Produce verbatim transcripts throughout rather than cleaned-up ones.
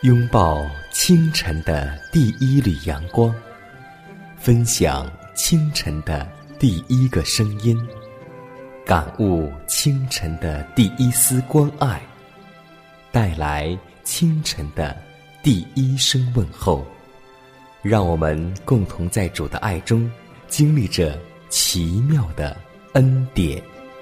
拥抱清晨的第一缕阳光，分享清晨的第一个声音，感悟清晨的第一丝关爱，带来清晨的第一声问候。让我们共同在主的爱中经历着奇妙的恩典。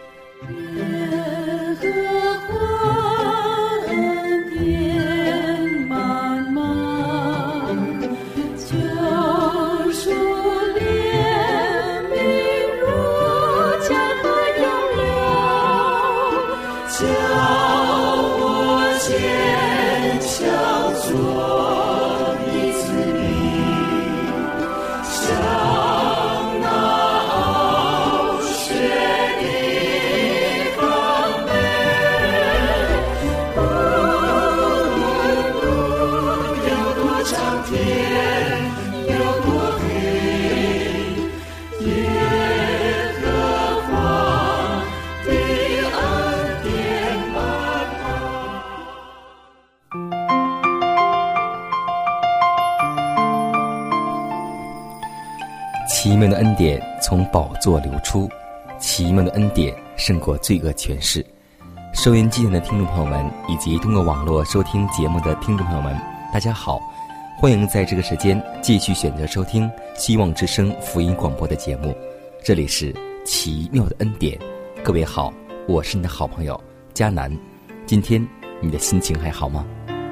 奇妙的恩典从宝座流出，奇妙的恩典胜过罪恶权势。收音机前的听众朋友们，以及通过网络收听节目的听众朋友们，大家好，欢迎在这个时间继续选择收听希望之声福音广播的节目。这里是奇妙的恩典，各位好，我是你的好朋友佳南。今天你的心情还好吗？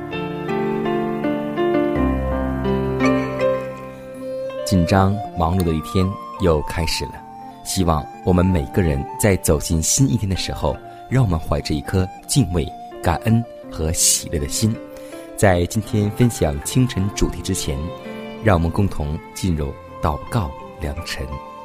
紧张忙碌的一天又开始了，希望我们每个人在走进新一天的时候，让我们怀着一颗敬畏、感恩和喜乐的心。在今天分享清晨主题之前，让我们共同进入祷告良辰。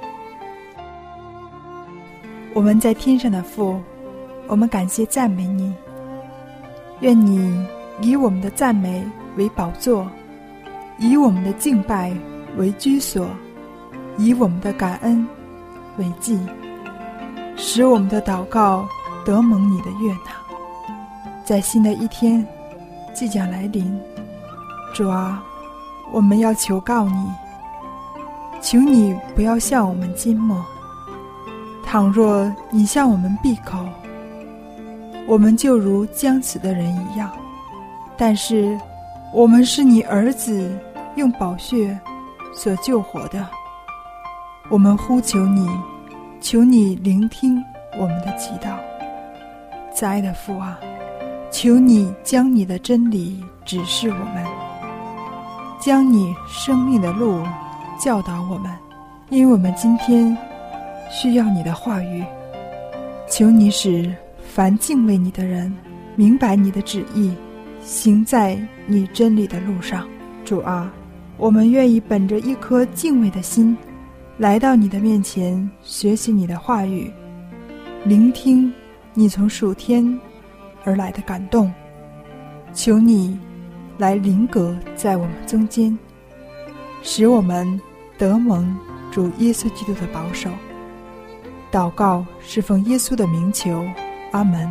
我们在天上的父，我们感谢赞美你，愿你以我们的赞美为宝座，以我们的敬拜为居所，以我们的感恩为祭，使我们的祷告得蒙你的悦纳。在新的一天即将来临，主啊，我们要求告你，求你不要向我们缄默。倘若你向我们闭口，我们就如将死的人一样。但是我们是你儿子用宝血所救活的，我们呼求你，求你聆听我们的祈祷。慈爱的父啊，求你将你的真理指示我们，将你生命的路教导我们，因为我们今天需要你的话语。求你使凡敬畏你的人明白你的旨意，行在你真理的路上。主啊，我们愿意本着一颗敬畏的心来到你的面前，学习你的话语，聆听你从属天而来的感动。求你来临格在我们中间，使我们得蒙主耶稣基督的保守。祷告是奉耶稣的名求，阿门。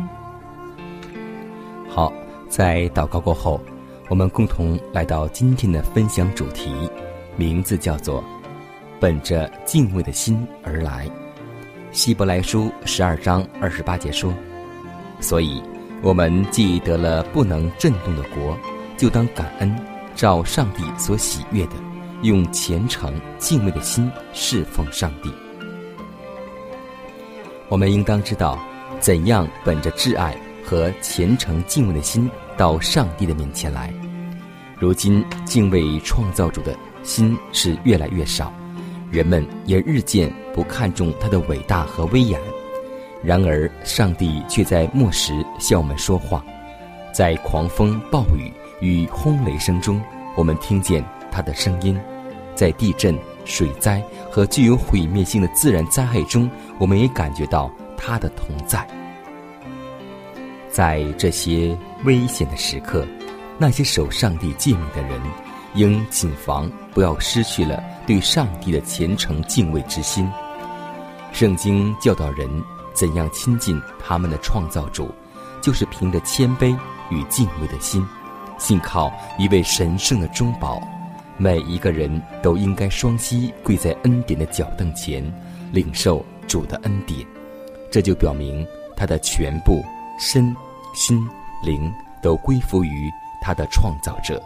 好，在祷告过后，我们共同来到今天的分享主题，名字叫做本着敬畏的心而来。希伯来书十二章二十八节说，所以我们既得了不能震动的国，就当感恩，照上帝所喜悦的，用虔诚敬畏的心侍奉上帝。我们应当知道怎样本着挚爱和虔诚敬畏的心到上帝的面前来。如今敬畏创造主的心是越来越少，人们也日渐不看重他的伟大和威严。然而上帝却在末时向我们说话，在狂风暴雨与轰雷声中，我们听见他的声音。在地震、水灾和具有毁灭性的自然灾害中，我们也感觉到他的同在。在这些危险的时刻，那些守上帝诫命的人应谨防不要失去了对上帝的虔诚敬畏之心。圣经教导人怎样亲近他们的创造主，就是凭着谦卑与敬畏的心， 信靠一位神圣的中保，每一个人都应该双膝跪在恩典的脚凳前，领受主的恩典。这就表明他的全部身心灵都归服于他的创造者。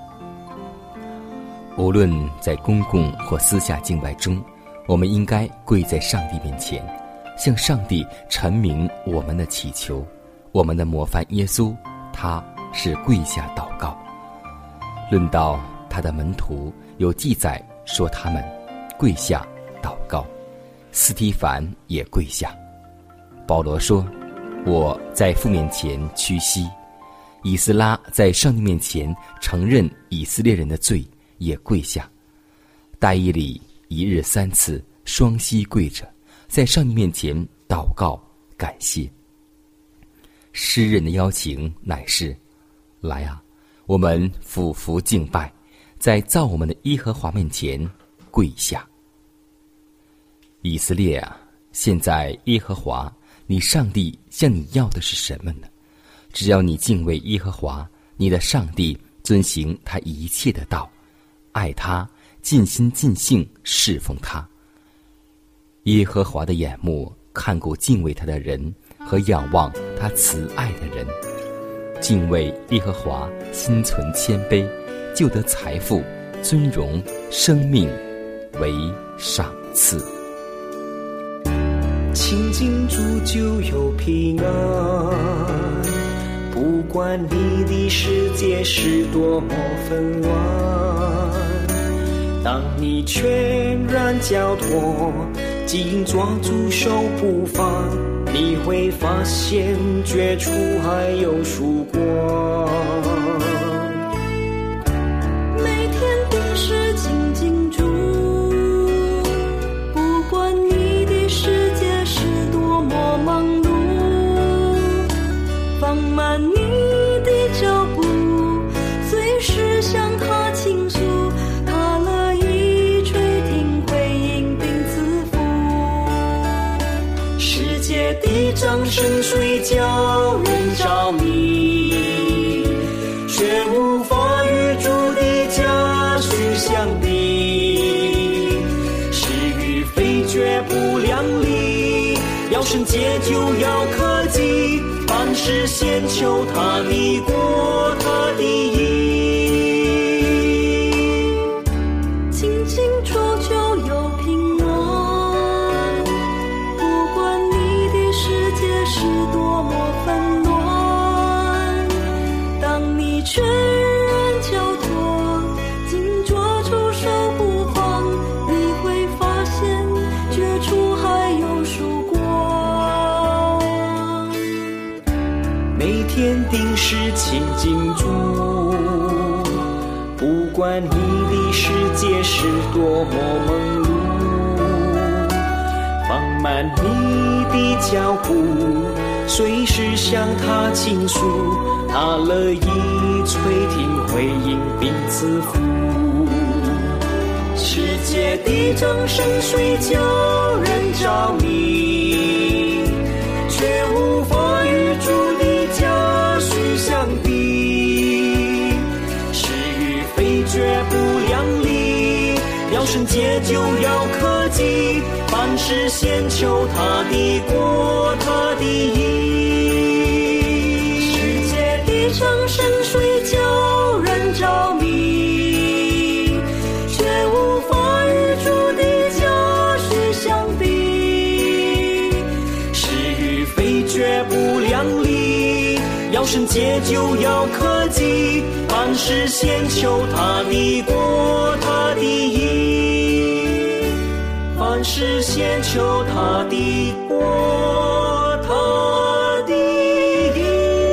无论在公共或私下敬拜中，我们应该跪在上帝面前，向上帝陈明我们的祈求。我们的模范耶稣，他是跪下祷告。论到他的门徒，有记载说他们跪下祷告，斯提凡也跪下。保罗说，我在父面前屈膝。以斯拉在上帝面前承认以色列人的罪，也跪下。大以利一日三次双膝跪着，在上帝面前祷告感谢。诗人的邀请乃是，来啊，我们俯伏敬拜，在造我们的耶和华面前跪下。以色列啊，现在耶和华你上帝向你要的是什么呢？只要你敬畏耶和华你的上帝，遵行他一切的道，爱他，尽心尽性侍奉他。耶和华的眼目看顾敬畏他的人和仰望他慈爱的人。敬畏耶和华，心存谦卑，就得财富、尊荣、生命为赏赐。 亲近主就有平安，不管你的世界是多么纷乱，当你全然交托，紧抓住手不放，你会发现绝处还有曙光。 每天定时亲近主，不管你的世界是多么忙碌，放慢你的脚步，随时向他倾诉，他乐意垂听回应并赐福。世界的掌声水叫人着迷，却无法与主的家训相比。是与非绝不两立，要圣洁就要克己，凡事先求他的国，他的义。亲近主就有平安，不管你的世界是多么纷乱，当你全然交托，紧抓住手不放，你会发现绝处还有曙光。 每天定时亲近主，不管你的世界是多么忙碌，放慢你的脚步，随时向他倾诉，他乐意垂听回应并赐福。世界的掌声水叫人着迷，却无法与主的家训相比。是与非绝不两立，要圣洁就要克己，凡事先求他的国，他的义。世界的掌声水叫人着迷，却无法与主的家训相比。是与非绝不两立，要圣洁就要克己，凡事先求他的国，他的义。凡事先求他的国，他的义。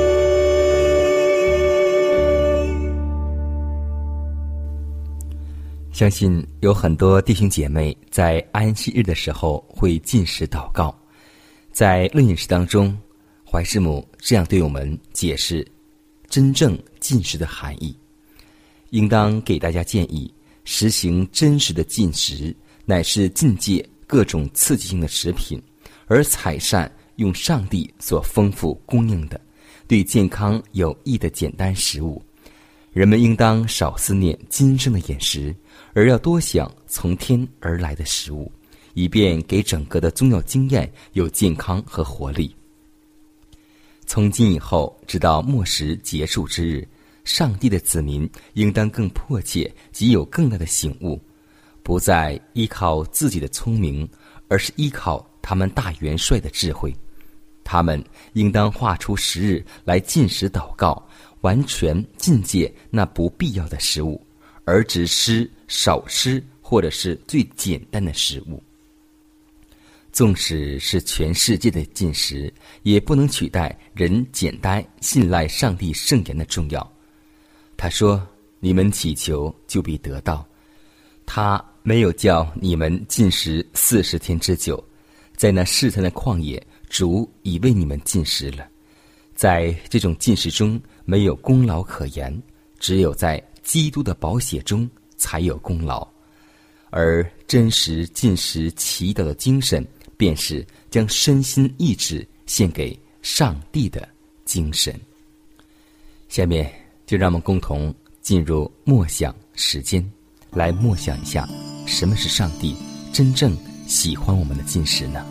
相信有很多弟兄姐妹在安息日的时候会禁食祷告。在论饮食当中，怀师母这样对我们解释真正禁食的含义。应当给大家建议，实行真实的禁食，乃是禁戒各种刺激性的食品，而采善用上帝所丰富供应的对健康有益的简单食物。 人们应当少思念今生的饮食，而要多想从天而来的食物，以便给整个的宗教经验有健康和活力。从今以后直到末时结束之日，上帝的子民应当更迫切及有更大的醒悟，不再依靠自己的聪明，而是依靠他们大元帅的智慧。他们应当划出时日来禁食祷告，完全禁戒那不必要的食物，而只吃少吃或者是最简单的食物。纵使是全世界的禁食，也不能取代人简单信赖上帝圣言的重要。他说，你们祈求就必得到。他没有叫你们禁食四十天之久，在那试探的旷野，主已为你们禁食了。在这种禁食中没有功劳可言，只有在基督的宝血中才有功劳。而真实禁食祈祷的精神，便是将身心意志献给上帝的精神。下面就让我们共同进入默想时间，来默想一下什么是上帝真正喜欢我们的禁食呢？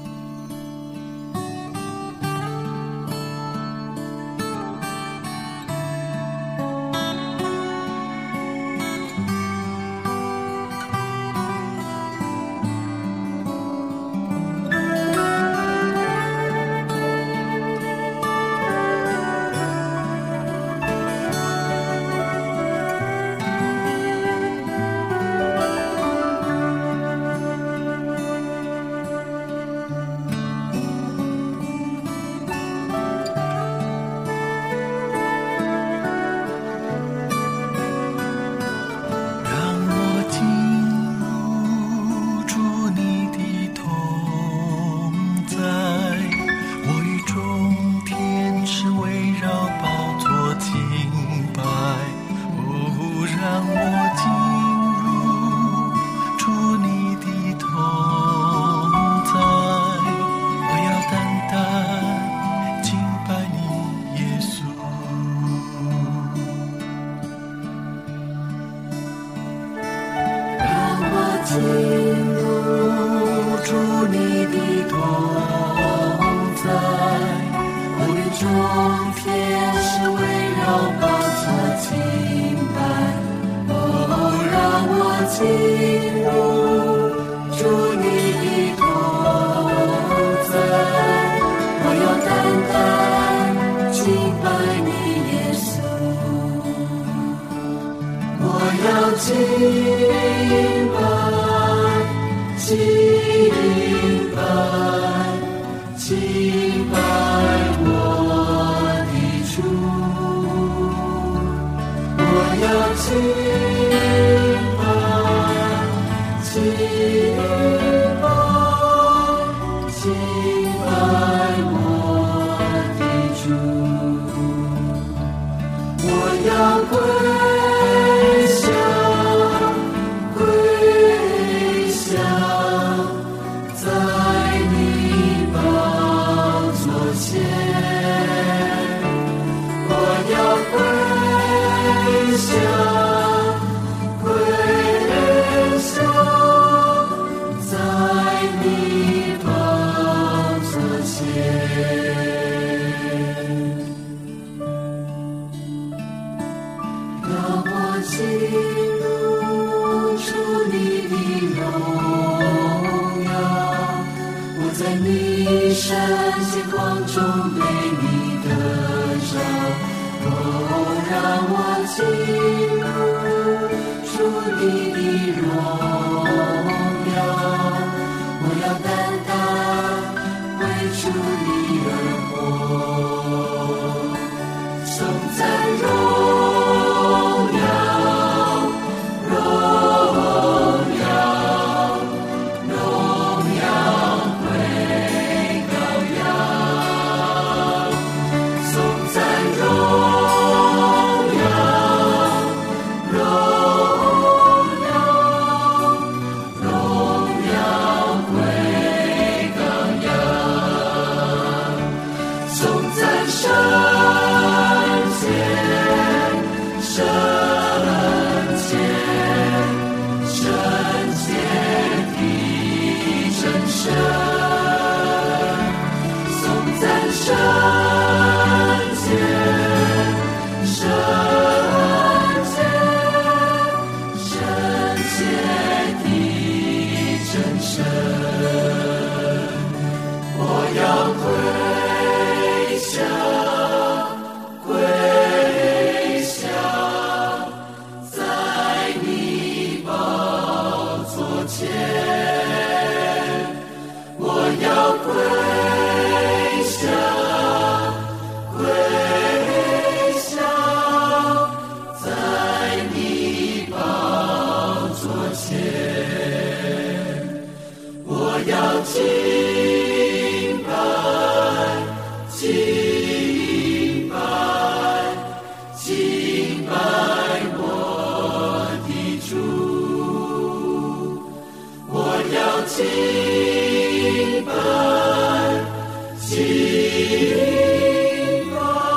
进入主你的同在，我与众天使围绕宝座敬拜。哦，让我进入主你的同在，我要单单敬拜你耶稣，我要敬拜敬拜，敬拜我的主，我要敬拜，敬拜，敬拜我的主，我要跪下。圣显光中被你得着，哦，让我进入主你的荣耀，我要单单为主你而活，颂赞荣耀，荣耀，荣耀归颂赞荣耀， 我要敬拜，敬拜，敬拜我的主。我要敬拜，敬拜。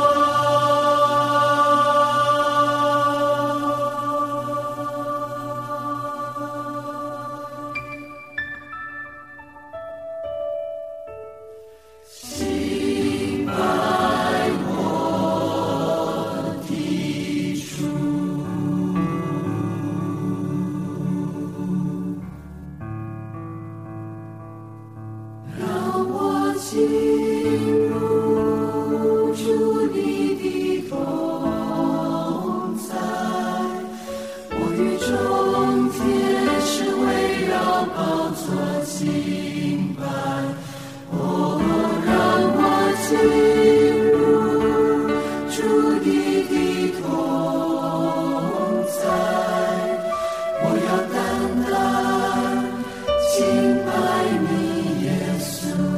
进入主你的同在，我与众天使围绕宝座敬拜。哦，让我进入主你的同在，我要单单敬拜你耶稣。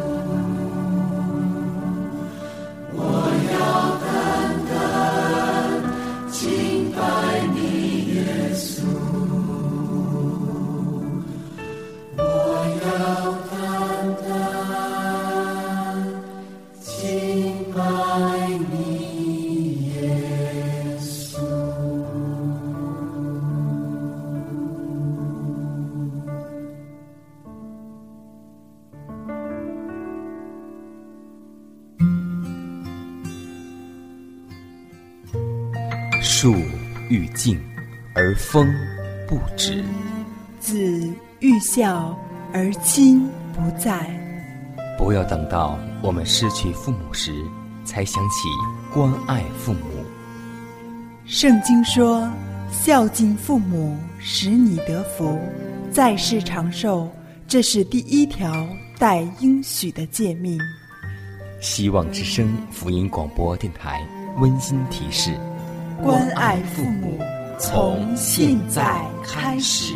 树欲静而风不止， 子欲孝而亲不在。 不要等到我们失去父母时才想起关爱父母。 圣经说，孝敬父母使你得福，在世长寿，这是第一条带应许的诫命。 希望之声福音广播电台温馨提示： 关爱父母，从现在开始。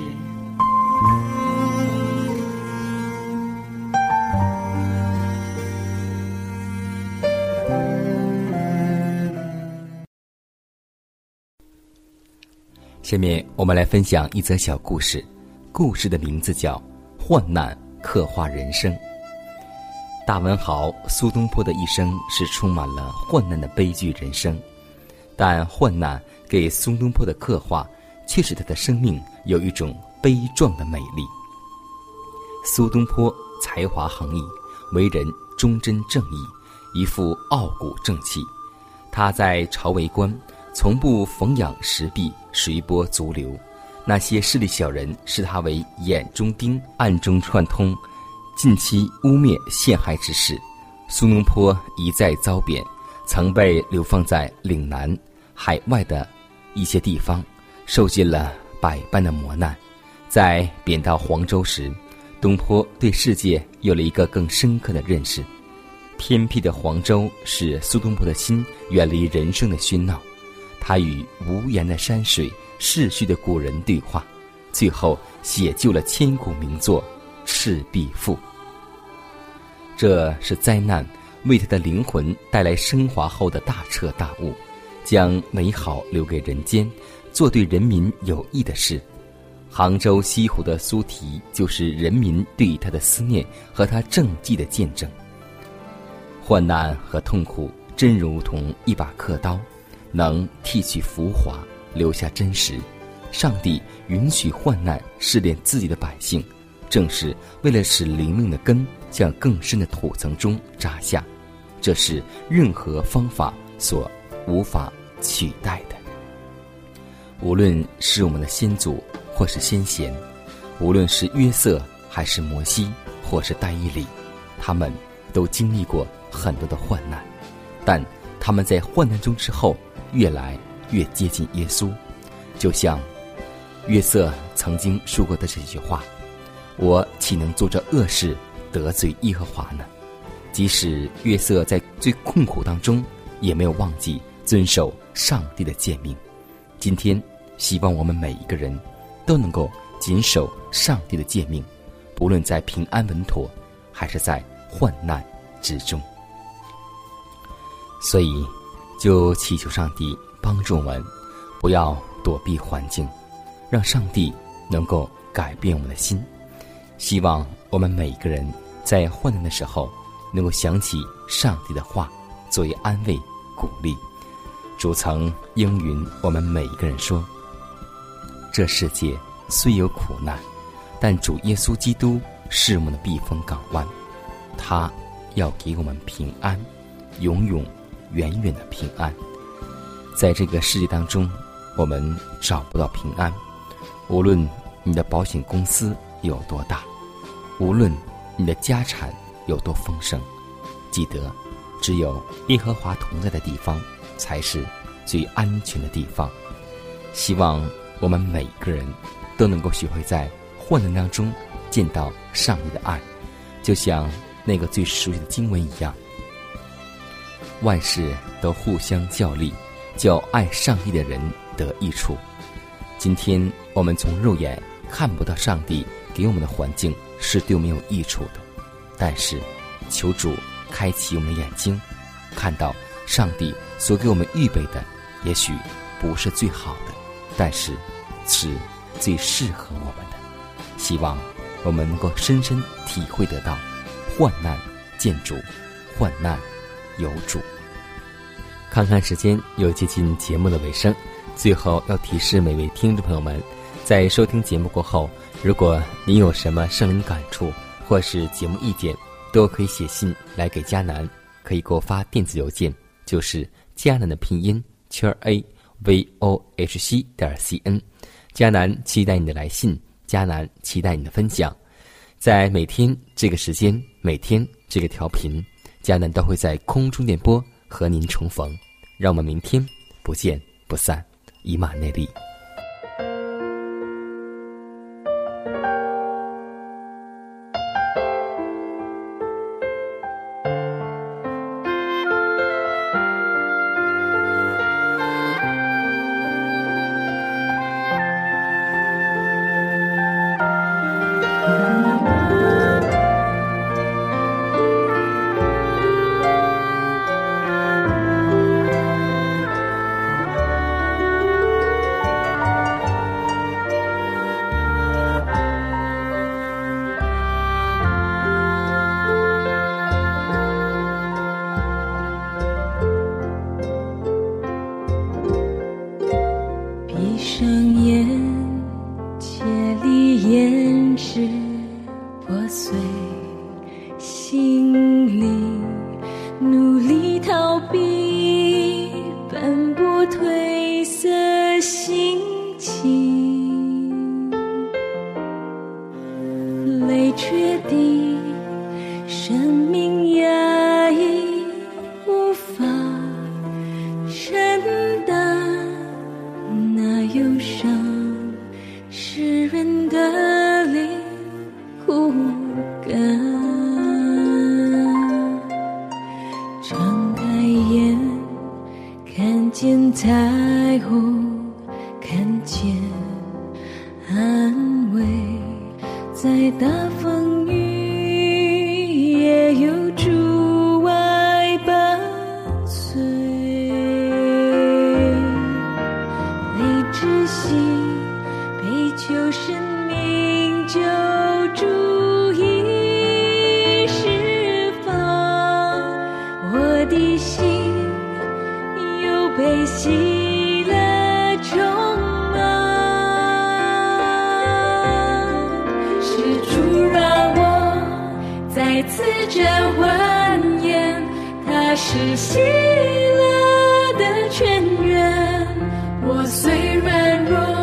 下面我们来分享一则小故事，故事的名字叫《患难刻画人生》。大文豪苏东坡的一生是充满了患难的悲剧人生，但患难给苏东坡的刻画却使他的生命有一种悲壮的美丽。苏东坡才华横溢，为人忠贞正义，一副傲骨正气。他在朝为官，从不逢仰时弊，随波逐流。那些势利小人视他为眼中钉，暗中串通，近期污蔑陷害之事。苏东坡一再遭贬，曾被流放在岭南、海外的一些地方，受尽了百般的磨难。在贬到黄州时，东坡对世界有了一个更深刻的认识。偏僻的黄州使苏东坡的心远离人生的喧闹，他与无言的山水、逝去的古人对话，最后写就了千古名作《赤壁赋》。这是灾难为他的灵魂带来升华后的大彻大悟，将美好留给人间，做对人民有益的事。杭州西湖的苏堤就是人民对他的思念和他政绩的见证。患难和痛苦真如同一把刻刀，能剃去浮华，留下真实。上帝允许患难试炼自己的百姓，正是为了使灵命的根向更深的土层中扎下，这是任何方法所无法取代的。无论是我们的先祖或是先贤，无论是约瑟还是摩西或是但以理，他们都经历过很多的患难，但他们在患难中之后越来越接近耶稣。就像约瑟曾经说过的这句话：我岂能做这恶事得罪耶和华呢？即使约瑟在最困苦当中，也没有忘记遵守上帝的诫命。今天希望我们每一个人都能够谨守上帝的诫命，不论在平安稳妥，还是在患难之中。所以，就祈求上帝帮助我们，不要躲避环境，让上帝能够改变我们的心。希望我们每个人在患难的时候，能够想起上帝的话，作为安慰、鼓励。主曾应允我们每一个人说：这世界虽有苦难，但主耶稣基督是我们的避风港湾，他要给我们平安，永永远远的平安。在这个世界当中，我们找不到平安，无论你的保险公司有多大，无论你的家产有多丰盛，记得只有耶和华同在的地方才是最安全的地方。希望我们每个人都能够学会在患难当中见到上帝的爱，就像那个最熟悉的经文一样，万事都互相效力，叫爱上帝的人得益处。今天我们从肉眼看不到上帝给我们的环境是对我们有益处的，但是求主开启我们的眼睛，看到上帝所给我们预备的也许不是最好的，但是是最适合我们的。希望我们能够深深体会得到，患难见主，患难有主。看看时间，又接近节目的尾声，最后要提示每位听众朋友们，在收听节目过后，如果您有什么圣灵感触或是节目意见，都可以写信来给迦南，可以给我发电子邮件，就是迦南的拼音圈 a v o h c 点 c n。迦南期待你的来信，迦南期待你的分享。在每天这个时间，每天这个调频，迦南都会在空中电波和您重逢。让我们明天不见不散，以马内利。 彩虹，看见安慰，在大风雨也有主爱伴随。泪之心被救生命救主已释放，我的心被喜乐充满，是主让我再次展欢颜，他是喜乐的泉源，我虽软弱